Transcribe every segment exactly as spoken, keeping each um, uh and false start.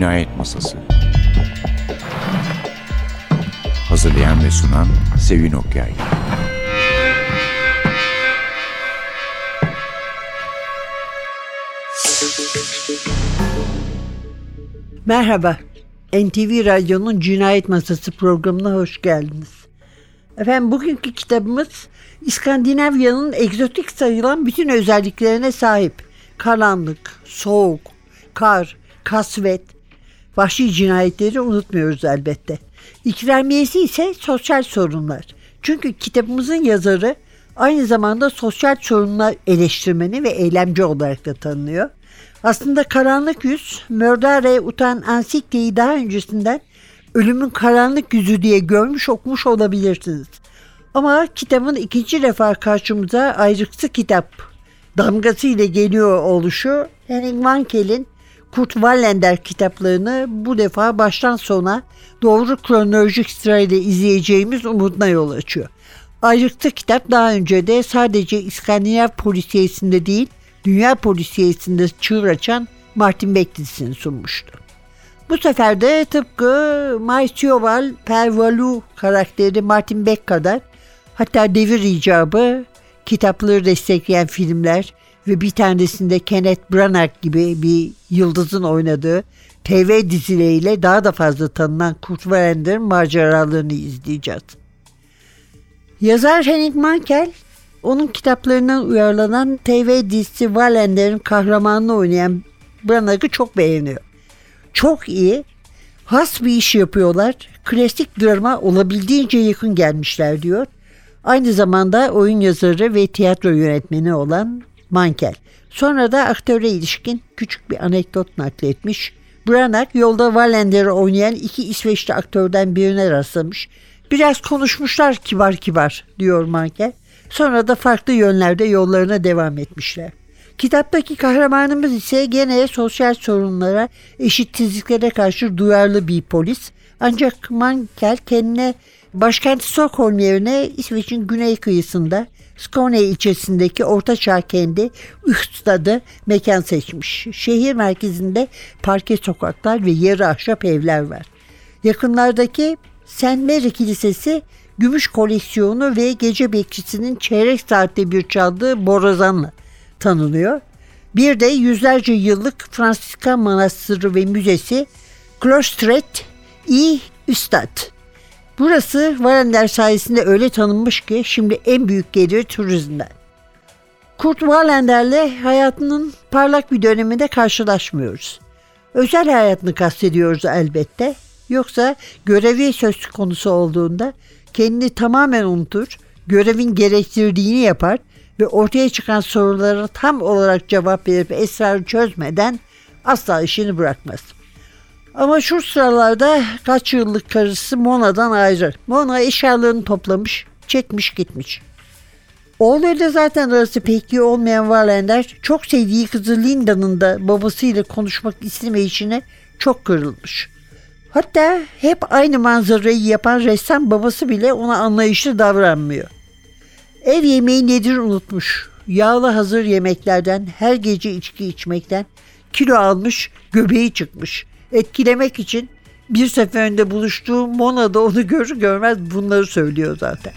Cinayet Masası. Hazırlayan ve sunan Sevin Okyay. Merhaba, N T V Radyo'nun Cinayet Masası programına hoş geldiniz. Efendim, bugünkü kitabımız İskandinavya'nın egzotik sayılan bütün özelliklerine sahip. Karanlık, soğuk, kar, kasvet, vahşi cinayetleri unutmuyoruz elbette. İkramiyesi ise sosyal sorunlar. Çünkü kitabımızın yazarı aynı zamanda sosyal sorunlar eleştirmeni ve eylemci olarak da tanınıyor. Aslında Karanlık Yüz, Mördare Utan Ansikte'yi daha öncesinden Ölümün Karanlık Yüzü diye görmüş okumuş olabilirsiniz. Ama kitabın ikinci defa karşımıza ayrıksı kitap damgası ile geliyor oluşu, Henning Mankel'in Kurt Wallander kitaplarını bu defa baştan sona doğru kronolojik sırayla izleyeceğimiz umuduna yol açıyor. Ayrıksı kitap daha önce de sadece İskandinav polisiyesinde değil, dünya polisiyesinde çığır açan Martin Beck dizisini sunmuştu. Bu sefer de tıpkı Maestioval Pervalu karakteri Martin Beck kadar, hatta devir icabı kitapları destekleyen filmler ve bir tanesinde Kenneth Branagh gibi bir yıldızın oynadığı T V dizileriyle daha da fazla tanınan Kurt Wallander'ın maceralarını izleyeceğiz. Yazar Henning Mankel, onun kitaplarından uyarlanan T V dizisi Wallander'ın kahramanını oynayan Branagh'ı çok beğeniyor. Çok iyi, has bir iş yapıyorlar, klasik drama olabildiğince yakın gelmişler diyor. Aynı zamanda oyun yazarı ve tiyatro yönetmeni olan Mankel. Sonra da aktöre ilişkin küçük bir anekdot nakletmiş. Branagh yolda Wallander'ı oynayan iki İsveçli aktörden birine rastlamış. Biraz konuşmuşlar kibar kibar diyor Mankel. Sonra da farklı yönlerde yollarına devam etmişler. Kitaptaki kahramanımız ise gene sosyal sorunlara, eşitsizliklere karşı duyarlı bir polis. Ancak Mankel kendine başkent Stockholm yerine İsveç'in güney kıyısında Skåne ilçesindeki ortaçağ kendi Ystad'ı mekan seçmiş. Şehir merkezinde parke sokaklar ve yarı ahşap evler var. Yakınlardaki Saint Mary Kilisesi gümüş koleksiyonu ve gece bekçisinin çeyrek saatte bir çaldığı borazanla tanınıyor. Bir de yüzlerce yıllık Fransiskan Manastırı ve Müzesi Klostret i Ystad. Burası Wallander sayesinde öyle tanınmış ki şimdi en büyük geliri turizmden. Kurt Wallander'le hayatının parlak bir döneminde karşılaşmıyoruz. Özel hayatını kastediyoruz elbette. Yoksa görevi söz konusu olduğunda kendini tamamen unutur, görevin gerektirdiğini yapar ve ortaya çıkan sorulara tam olarak cevap verip esrarı çözmeden asla işini bırakmaz. Ama şu sıralarda kaç yıllık karısı Mona'dan ayrı. Mona eşyalarını toplamış, çekmiş gitmiş. Oğluyla zaten arası pek iyi olmayan Wallander, çok sevdiği kızı Linda'nın da babasıyla konuşmak istemeyişine çok kırılmış. Hatta hep aynı manzarayı yapan ressam babası bile ona anlayışlı davranmıyor. Ev yemeği nedir unutmuş. Yağlı hazır yemeklerden, her gece içki içmekten kilo almış, göbeği çıkmış. Etkilemek için bir seferinde buluştuğu Mona'da onu görür görmez bunları söylüyor zaten.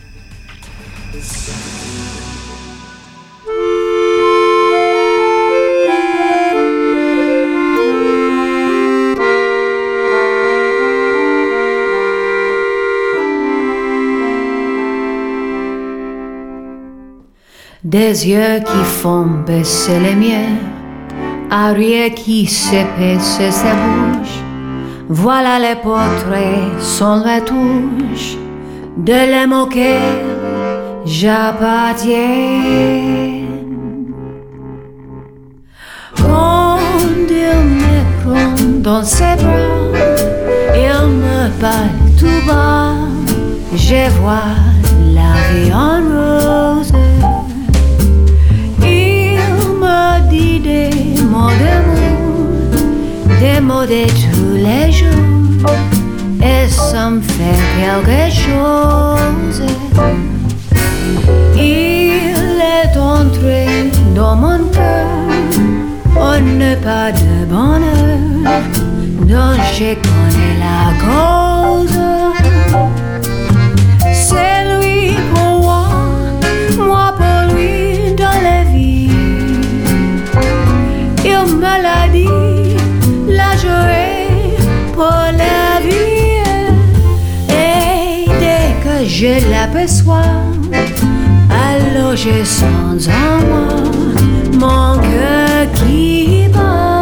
Des yeux qui font baisser les miens, un rire qui s'épaisse sa bouche. Voilà les portraits sans retouche de l'homme auquel j'appartiens. Quand il me prend dans ses bras, il me parle tout bas, je vois la vie en rose. Des mots d'amour, des mots de tous les jours, et ça me fait quelque chose. Il est entré dans mon cœur, on n'a pas de bonheur, dont je connais la cause. C'est lui pour moi, moi pour lui dans la vie. Il me l'a dit, la joie pour la vie. Et dès que je l'aperçois, alors je sens en moi mon cœur qui bat.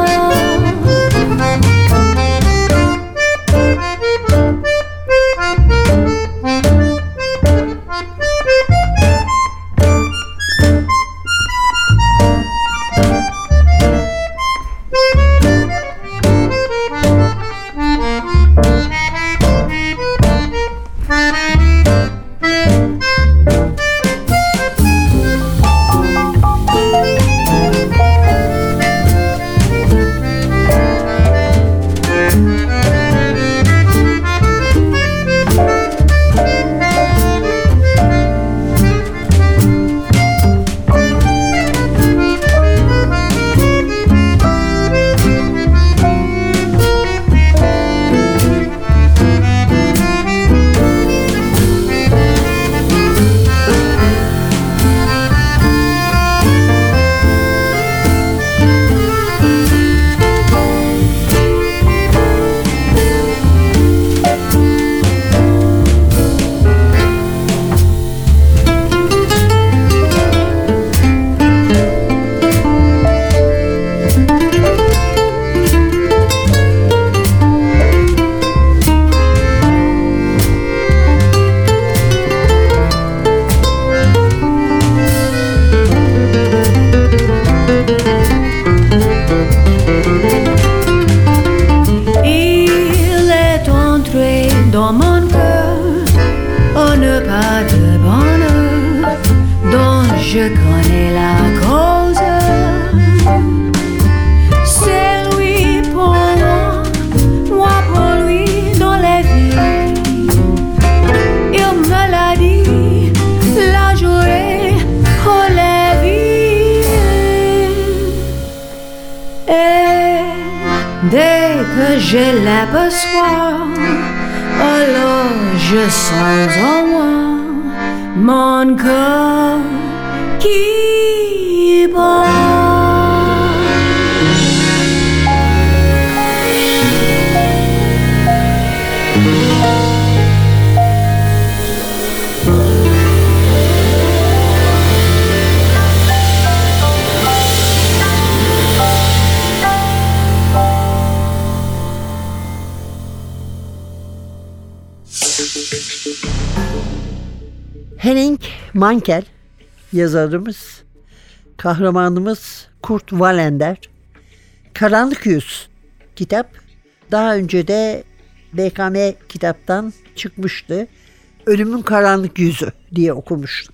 Dans mon cœur, on ne pas de bonheur dont je connais la cause. C'est lui pour moi, moi pour lui dans la vie. Il me l'a dit, la joie pour la vie. Et dès que je l'aperçois, alors je sens en moi mon cœur qui bat. Henning Mankell yazarımız, kahramanımız Kurt Wallander. Karanlık Yüz kitap daha önce de B K M kitaptan çıkmıştı. Ölümün Karanlık Yüzü diye okumuştum.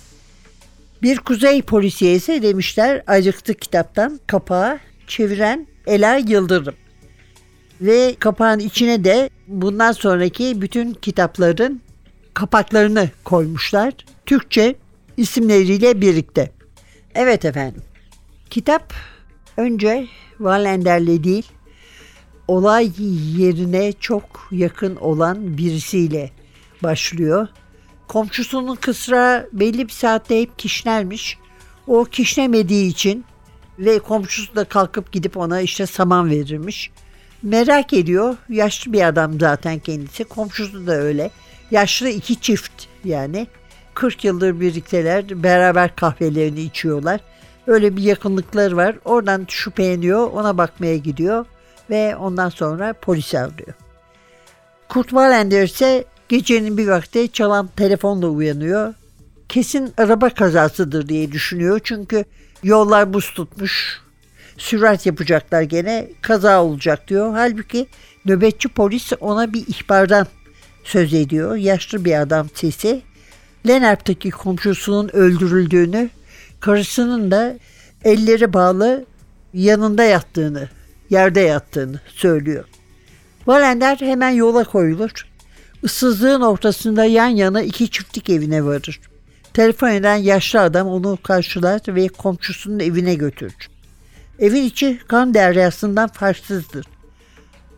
Bir kuzey polisiyesi demişler, acıktı kitaptan. Kapağı çeviren Ela Yıldırım. Ve kapağın içine de bundan sonraki bütün kitapların kapaklarını koymuşlar. Türkçe isimleriyle birlikte. Evet efendim. Kitap önce Wallander'le değil, olay yerine çok yakın olan birisiyle başlıyor. Komşusunun kısra belli bir saatte hep kişnermiş. O kişnemediği için ve komşusu da kalkıp gidip ona işte saman verirmiş. Merak ediyor. Yaşlı bir adam zaten kendisi. Komşusu da öyle. Yaşlı iki çift yani. kırk yıldır birlikteler. Beraber kahvelerini içiyorlar. Öyle bir yakınlıkları var. Oradan şüpheleniyor. Ona bakmaya gidiyor. Ve ondan sonra polisi arıyor. Kurt Wallander ise gecenin bir vakti çalan telefonla uyanıyor. Kesin araba kazasıdır diye düşünüyor. Çünkü yollar buz tutmuş. Sürat yapacaklar gene. Kaza olacak diyor. Halbuki nöbetçi polis ona bir ihbardan söz ediyor. Yaşlı bir adam sesi. Lennart'taki komşusunun öldürüldüğünü, karısının da elleri bağlı yanında yattığını, yerde yattığını söylüyor. Wallander hemen yola koyulur. Issızlığın ortasında yan yana iki çiftlik evine varır. Telefon eden yaşlı adam onu karşılar ve komşusunun evine götürür. Evin içi kan deryasından farksızdır.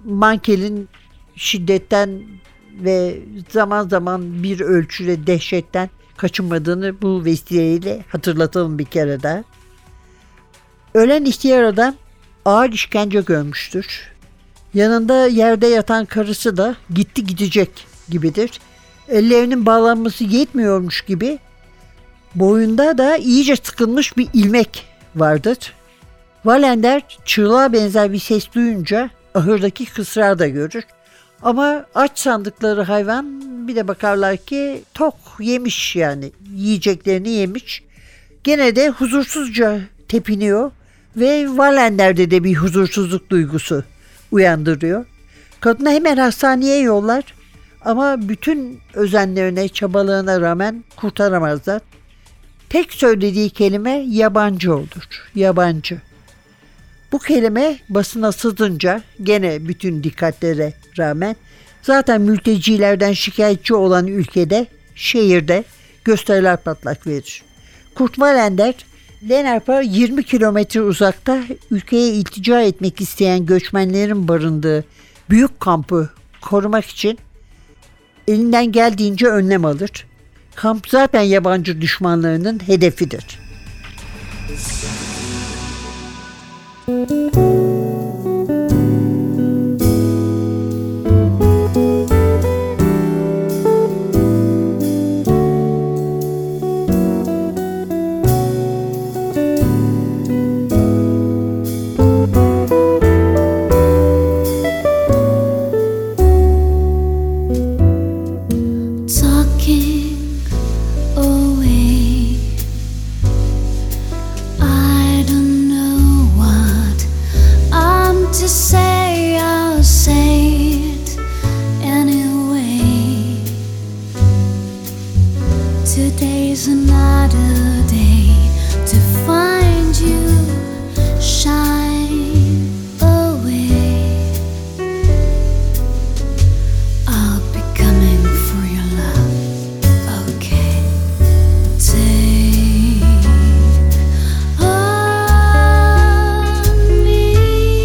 Mankel'in şiddetten ve zaman zaman bir ölçüde dehşetten kaçınmadığını bu vesileyle hatırlatalım bir kere daha. Ölen ihtiyar adam ağır işkence görmüştür. Yanında yerde yatan karısı da gitti gidecek gibidir. Ellerinin bağlanması yetmiyormuş gibi boyunda da iyice sıkılmış bir ilmek vardır. Valender çığlığa benzer bir ses duyunca ahırdaki kısrağı da görür. Ama aç sandıkları hayvan bir de bakarlar ki tok yemiş, yani yiyeceklerini yemiş. Gene de huzursuzca tepiniyor ve Valender'de de bir huzursuzluk duygusu uyandırıyor. Kadını hemen hastaneye yollar ama bütün özenlerine, çabalarına rağmen kurtaramazlar. Tek söylediği kelime yabancı olur. Yabancı. Bu kelime basına sızınca gene bütün dikkatlere rağmen zaten mültecilerden şikayetçi olan ülkede, şehirde gösteriler patlak verir. Kurt Valender, Lenarp'a yirmi kilometre uzakta ülkeye iltica etmek isteyen göçmenlerin barındığı büyük kampı korumak için elinden geldiğince önlem alır. Kamp zaten yabancı düşmanlarının hedefidir. Today's another day to find you shine away. I'll be coming for your love, okay? Take on me,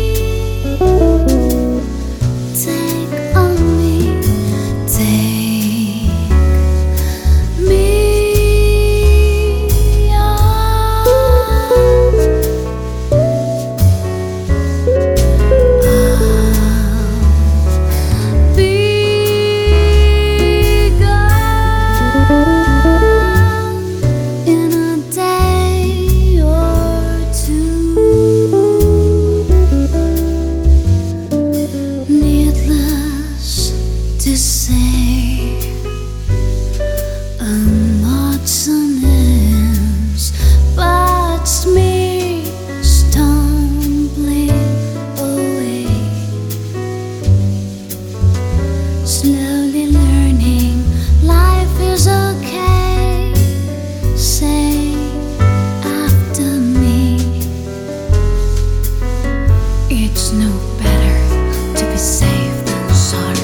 take on me, take to say I'm not synonyms, but me stumbling away, slowly learning life is okay. Say after me, it's no better to be safe than sorry.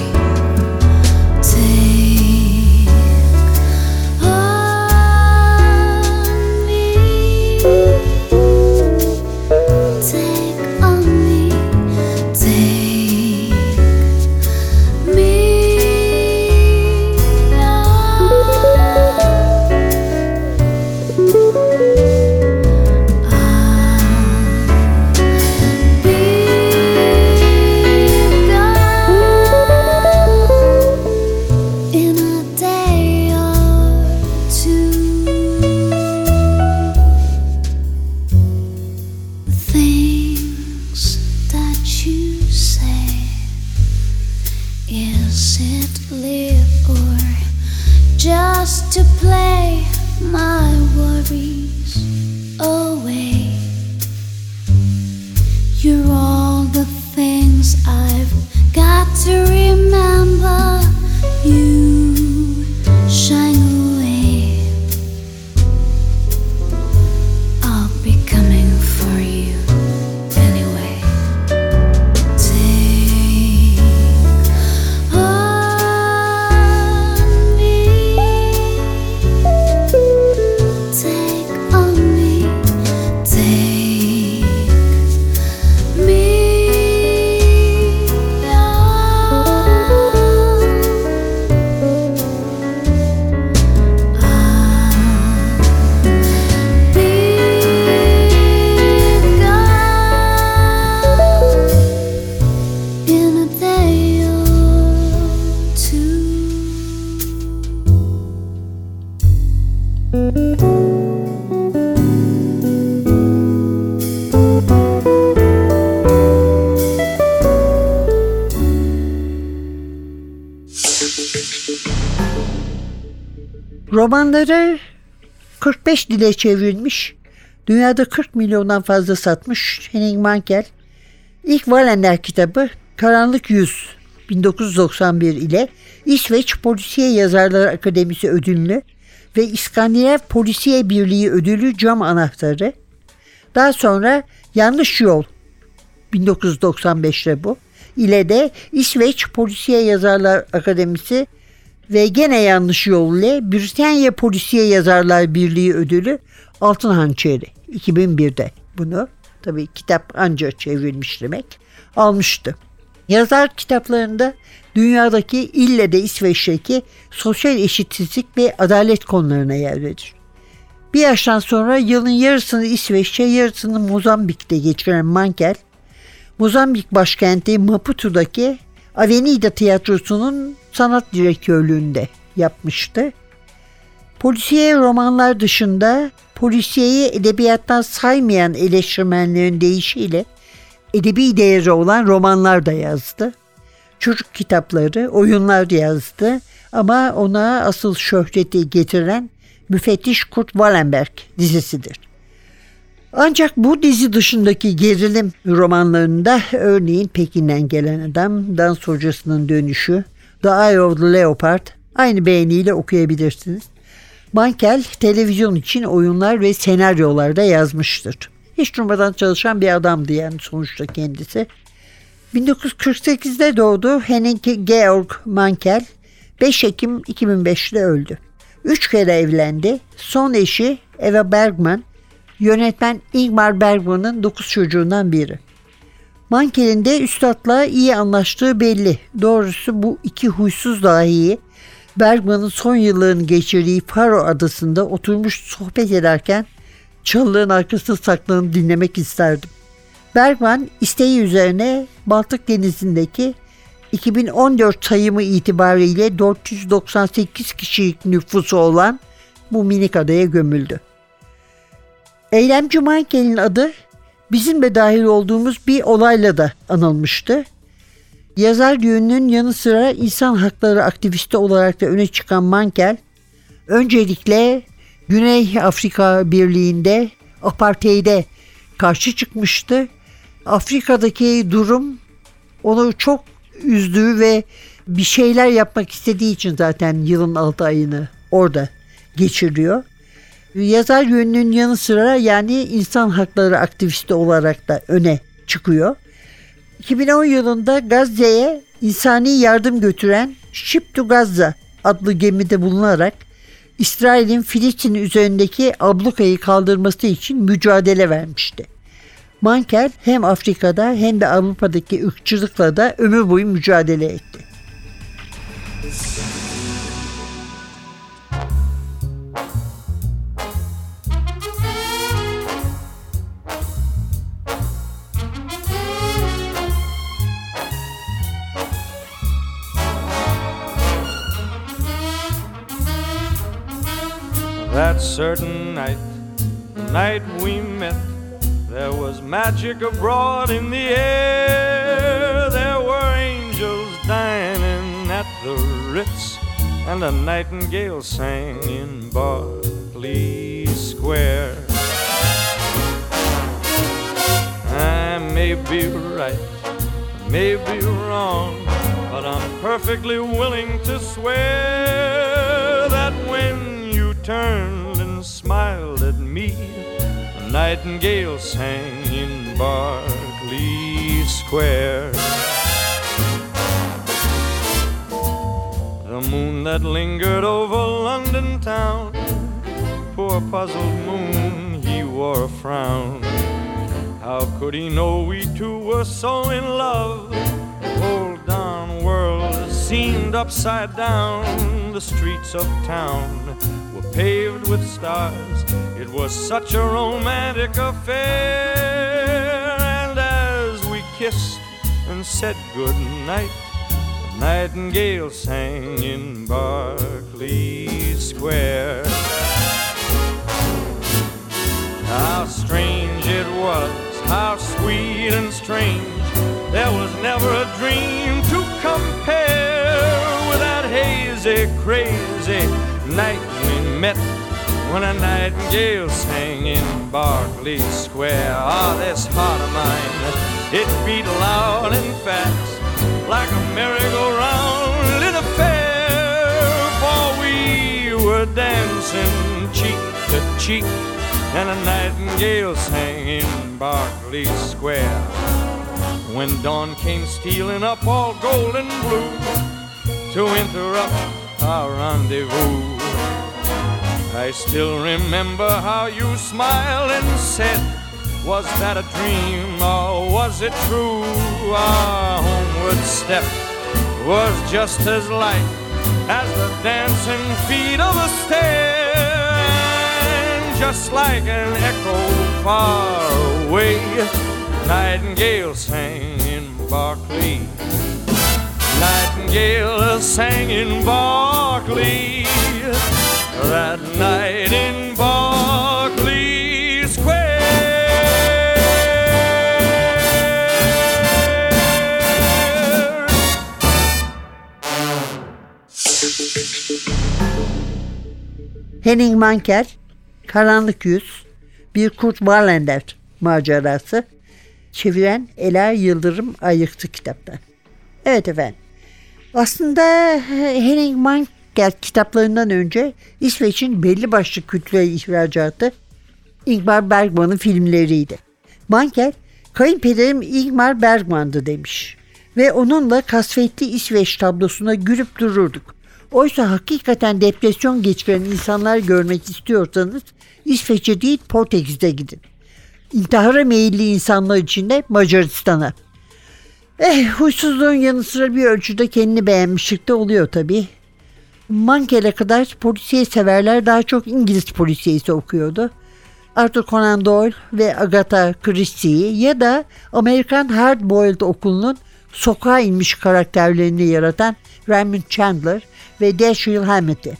Is it live or just to play my worries? Romanları kırk beş dile çevrilmiş, dünyada kırk milyondan fazla satmış Henning Mankell, ilk Wallander kitabı Karanlık Yüz bin dokuz yüz doksan bir ile İsveç Polisiye Yazarlar Akademisi ödülünü ve İskandinav Polisiye Birliği ödülü Cam Anahtarı. Daha sonra Yanlış Yol bin dokuz yüz doksan beşte bu ile de İsveç Polisiye Yazarlar Akademisi ve gene Yanlış Yol ile Britanya Polisiye Yazarlar Birliği ödülü Altın Hançeri iki bin birde bunu, tabii kitap anca çevrilmiş demek, almıştı. Yazar kitaplarında dünyadaki, ille de İsveç'teki sosyal eşitsizlik ve adalet konularına yer verir. Bir yaştan sonra yılın yarısını İsveç'te, yarısını Mozambik'te geçiren Mankell, Mozambik başkenti Maputo'daki Avenida Tiyatrosu'nun sanat direktörlüğünde yapmıştı. Polisiye romanlar dışında polisiyeyi edebiyattan saymayan eleştirmenlerin deyişiyle edebi değeri olan romanlar da yazdı. Çocuk kitapları, oyunlar yazdı ama ona asıl şöhreti getiren Müfettiş Kurt Wallenberg dizisidir. Ancak bu dizi dışındaki gerilim romanlarında, örneğin Pekin'den Gelen Adam, Dans Hocasının Dönüşü, The Eye of the Leopard, aynı beğeniyle okuyabilirsiniz. Mankell televizyon için oyunlar ve senaryolar da yazmıştır. Hiç durmadan çalışan bir adamdı yani sonuçta kendisi. bin dokuz yüz kırk sekizde doğdu Henning Georg Mankell, beş Ekim iki bin beşte öldü. Üç kere evlendi. Son eşi Eva Bergman, yönetmen Ingmar Bergman'ın dokuz çocuğundan biri. Mankell'in de üstadla iyi anlaştığı belli. Doğrusu bu iki huysuz dahi Bergman'ın son yıllarını geçirdiği Faro adasında oturmuş sohbet ederken çalılığın arkasında saklanıp dinlemek isterdim. Bergman isteği üzerine Baltık Denizi'ndeki iki bin on dört sayımı itibariyle dört yüz doksan sekiz kişilik nüfusu olan bu minik adaya gömüldü. Eylemci Mankell'in adı bizim de dahil olduğumuz bir olayla da anılmıştı. Yazar yönünün yanı sıra insan hakları aktivisti olarak da öne çıkan Mankell, öncelikle Güney Afrika Birliği'nde apartheid'e karşı çıkmıştı. Afrika'daki durum onu çok üzdüğü ve bir şeyler yapmak istediği için zaten yılın altı ayını orada geçiriyor. Yazar yönünün yanı sıra yani insan hakları aktivisti olarak da öne çıkıyor. iki bin on yılında Gazze'ye insani yardım götüren Ship to Gaza adlı gemide bulunarak İsrail'in Filistin üzerindeki ablukayı kaldırması için mücadele vermişti. Mankell hem Afrika'da hem de Avrupa'daki ırkçılıkla da ömür boyu mücadele etti. That certain night, the night we met, there was magic abroad in the air. There were angels dining at the Ritz, and a nightingale sang in Berkeley Square. I may be right, I may be wrong, but I'm perfectly willing to swear that when you turned and smiled at me, a nightingale sang in Berkeley Square. The moon that lingered over London town, poor puzzled moon, he wore a frown. How could he know we two were so in love? The whole darn world seemed upside down. The streets of town were paved with stars. It was such a romantic affair. And as we kissed and said good night, the nightingale sang in Berkeley Square. How strange it was, how sweet and strange. There was never a dream to compare with that hazy, crazy night when met when a nightingale sang in Berkeley Square. Ah, this heart of mine, it beat loud and fast like a merry-go-round in a fair, for we were dancing cheek to cheek, and a nightingale sang in Berkeley Square. When dawn came stealing up all gold and blue to interrupt our rendezvous, I still remember how you smiled and said, was that a dream or was it true? Our homeward step was just as light as the dancing feet of a stair, and just like an echo far away, nightingale sang in Berkeley. Nightingale sang in Berkeley that night in Berkeley Square. Henning Mankell, Karanlık Yüz, bir Kurt Wallander macerası. Çeviren Ela Yıldırım Ayıktı kitaptan. Evet efendim. Aslında Henning Mankell kitaplarından önce İsveç'in belli başlı kültürel ihracatı Ingmar Bergman'ın filmleriydi. Mankell, kayınpederim Ingmar Bergman'dı demiş. Ve onunla kasvetli İsveç tablosuna gülüp dururduk. Oysa hakikaten depresyon geçiren insanlar görmek istiyorsanız İsveç'e değil Portekiz'e gidin. İntihara meyilli insanlar için de Macaristan'a. Eh, huysuzluğun yanı sıra bir ölçüde kendini beğenmişlik de oluyor tabii. Mankell'e kadar polisiye severler daha çok İngiliz polisiyesi okuyordu. Arthur Conan Doyle ve Agatha Christie'yi ya da Amerikan Hardboiled okulunun sokağa inmiş karakterlerini yaratan Raymond Chandler ve Dashiell Hammett'i.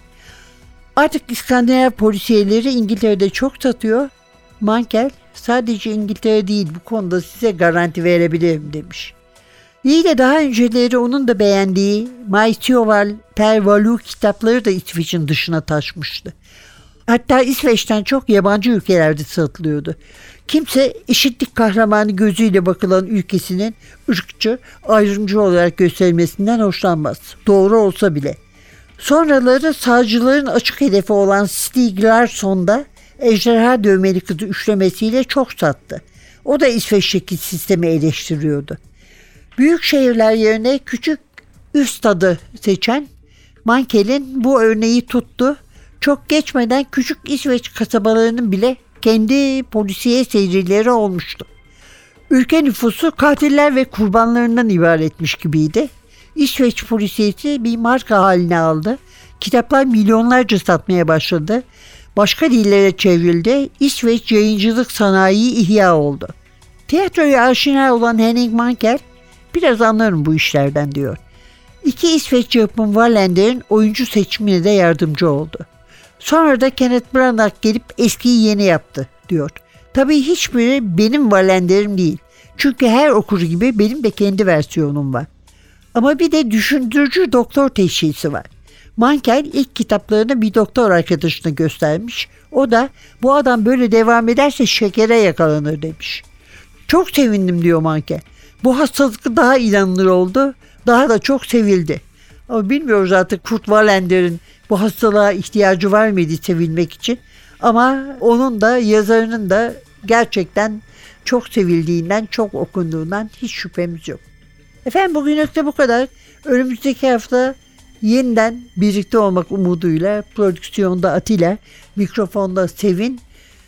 Artık İskandinav polisiyeleri İngiltere'de çok satıyor. Mankell sadece İngiltere değil, bu konuda size garanti verebilirim demiş. İyi de daha önceleri onun da beğendiği My Tioval Per Valu kitapları da İsveç'in dışına taşmıştı. Hatta İsveç'ten çok yabancı ülkelerde satılıyordu. Kimse eşitlik kahramanı gözüyle bakılan ülkesinin ırkçı, ayrımcı olarak gösterilmesinden hoşlanmaz. Doğru olsa bile. Sonraları sağcıların açık hedefi olan Stieg Larsson da ejderha dövmeli kızı üçlemesiyle çok sattı. O da İsveç'teki sistemi eleştiriyordu. Büyük şehirler yerine küçük üst adı seçen Mankell'in bu örneği tuttu. Çok geçmeden küçük İsveç kasabalarının bile kendi polisiye serileri olmuştu. Ülke nüfusu katiller ve kurbanlarından ibaretmiş gibiydi. İsveç polisiyesi bir marka haline aldı. Kitaplar milyonlarca satmaya başladı. Başka dillere çevrildi. İsveç yayıncılık sanayi ihya oldu. Tiyatroya aşina olan Henning Mankell, biraz anlarım bu işlerden diyor. İki İsveç yapım Wallender'in oyuncu seçimine de yardımcı oldu. Sonra da Kenneth Branagh gelip eskiyi yeni yaptı diyor. Tabii hiçbiri benim Wallender'im değil. Çünkü her okur gibi benim de kendi versiyonum var. Ama bir de düşündürücü doktor teşhisi var. Mankell ilk kitaplarını bir doktor arkadaşına göstermiş. O da bu adam böyle devam ederse şekere yakalanır demiş. Çok sevindim diyor Mankell. Bu hastalık daha inanılır oldu. Daha da çok sevildi. Ama bilmiyoruz artık Kurt Wallender'in bu hastalığa ihtiyacı var mıydı sevilmek için. Ama onun da yazarının da gerçekten çok sevildiğinden, çok okunduğundan hiç şüphemiz yok. Efendim bugünlük de bu kadar. Önümüzdeki hafta yeniden birlikte olmak umuduyla prodüksiyonda Atilla, mikrofonda Sevin.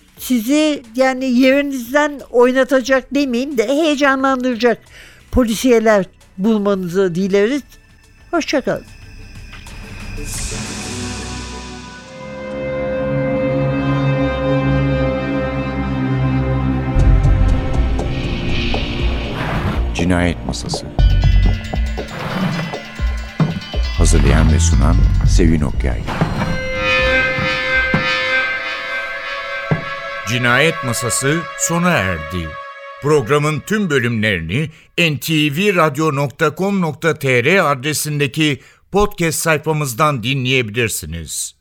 Sizi yani yerinizden oynatacak demeyeyim de heyecanlandıracak polisiyeler bulmanızı dileriz. Hoşçakalın. Cinayet Masası. Hazırlayan ve sunan Sevin Okyay. Cinayet Masası sona erdi. Programın tüm bölümlerini en te ve radyo nokta com nokta te er adresindeki podcast sayfamızdan dinleyebilirsiniz.